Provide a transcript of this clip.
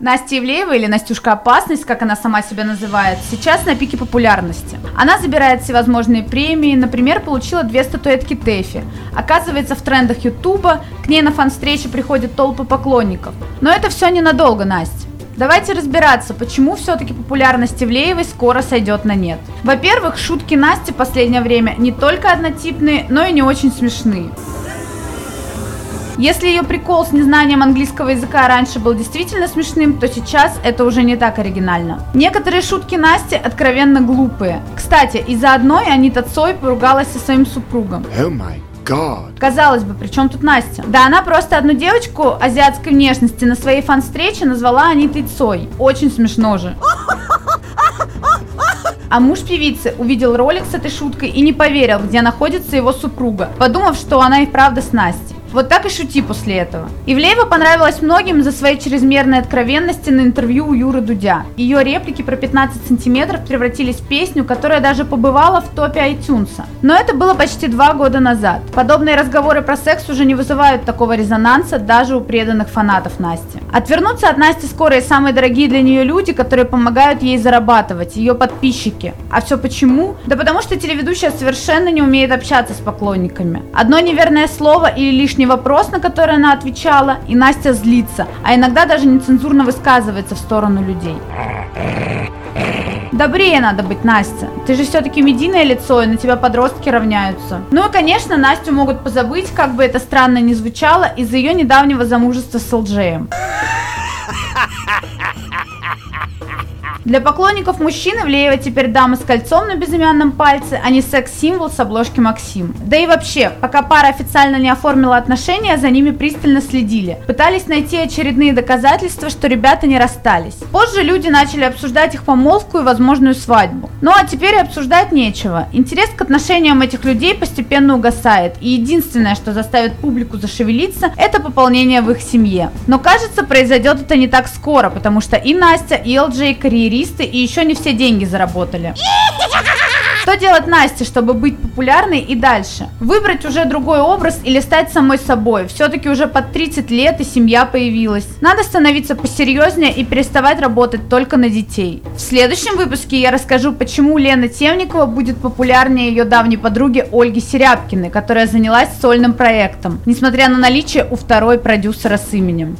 Настя Ивлеева, или Настюшка Опасность, как она сама себя называет, сейчас на пике популярности. Она забирает всевозможные премии, например, получила 2 статуэтки ТЭФИ. Оказывается, в трендах Ютуба, к ней на фан-встречи приходят толпы поклонников. Но это все ненадолго, Настя. Давайте разбираться, почему все-таки популярность Ивлеевой скоро сойдет на нет. Во-первых, шутки Насти в последнее время не только однотипные, но и не очень смешные. Если ее прикол с незнанием английского языка раньше был действительно смешным, то сейчас это уже не так оригинально. Некоторые шутки Насти откровенно глупые. Кстати, из-за одной Анита Цой поругалась со своим супругом. Oh my God. Казалось бы, при чем тут Настя? Да она просто одну девочку азиатской внешности на своей фан-встрече назвала Анитой Цой. Очень смешно же. А муж певицы увидел ролик с этой шуткой и не поверил, где находится его супруга, подумав, что она и правда с Настей. Вот так и шути после этого. Ивлеева понравилась многим за свои чрезмерные откровенности на интервью у Юры Дудя. Ее реплики про 15 сантиметров превратились в песню, которая даже побывала в топе iTunes. Но это было почти 2 года назад. Подобные разговоры про секс уже не вызывают такого резонанса даже у преданных фанатов Насти. Отвернуться от Насти скоро и самые дорогие для нее люди, которые помогают ей зарабатывать, ее подписчики. А все почему? Да потому что телеведущая совершенно не умеет общаться с поклонниками. Одно неверное слово или лишний вопрос, на который она отвечала, и Настя злится, а иногда даже нецензурно высказывается в сторону людей. Добрее надо быть, Настя. Ты же все-таки медийное лицо, и на тебя подростки равняются. Ну и, конечно, Настю могут позабыть, как бы это странно ни звучало, из-за ее недавнего замужества с Элджеем. Для поклонников мужчин Ивлеева теперь дама с кольцом на безымянном пальце, а не секс-символ с обложки Максим. Да и вообще, пока пара официально не оформила отношения, за ними пристально следили. Пытались найти очередные доказательства, что ребята не расстались. Позже люди начали обсуждать их помолвку и возможную свадьбу. Ну а теперь и обсуждать нечего. Интерес к отношениям этих людей постепенно угасает, и единственное, что заставит публику зашевелиться, это пополнение в их семье. Но кажется, произойдет это не так скоро, потому что и Настя, и Элджей карьеристы, и еще не все деньги заработали. Что делать Насте, чтобы быть популярной и дальше? Выбрать уже другой образ или стать самой собой? Все-таки уже под 30 лет и семья появилась. Надо становиться посерьезнее и переставать работать только на детей. В следующем выпуске я расскажу, почему Лена Темникова будет популярнее ее давней подруги Ольги Серябкиной, которая занялась сольным проектом, несмотря на наличие у второй продюсера с именем.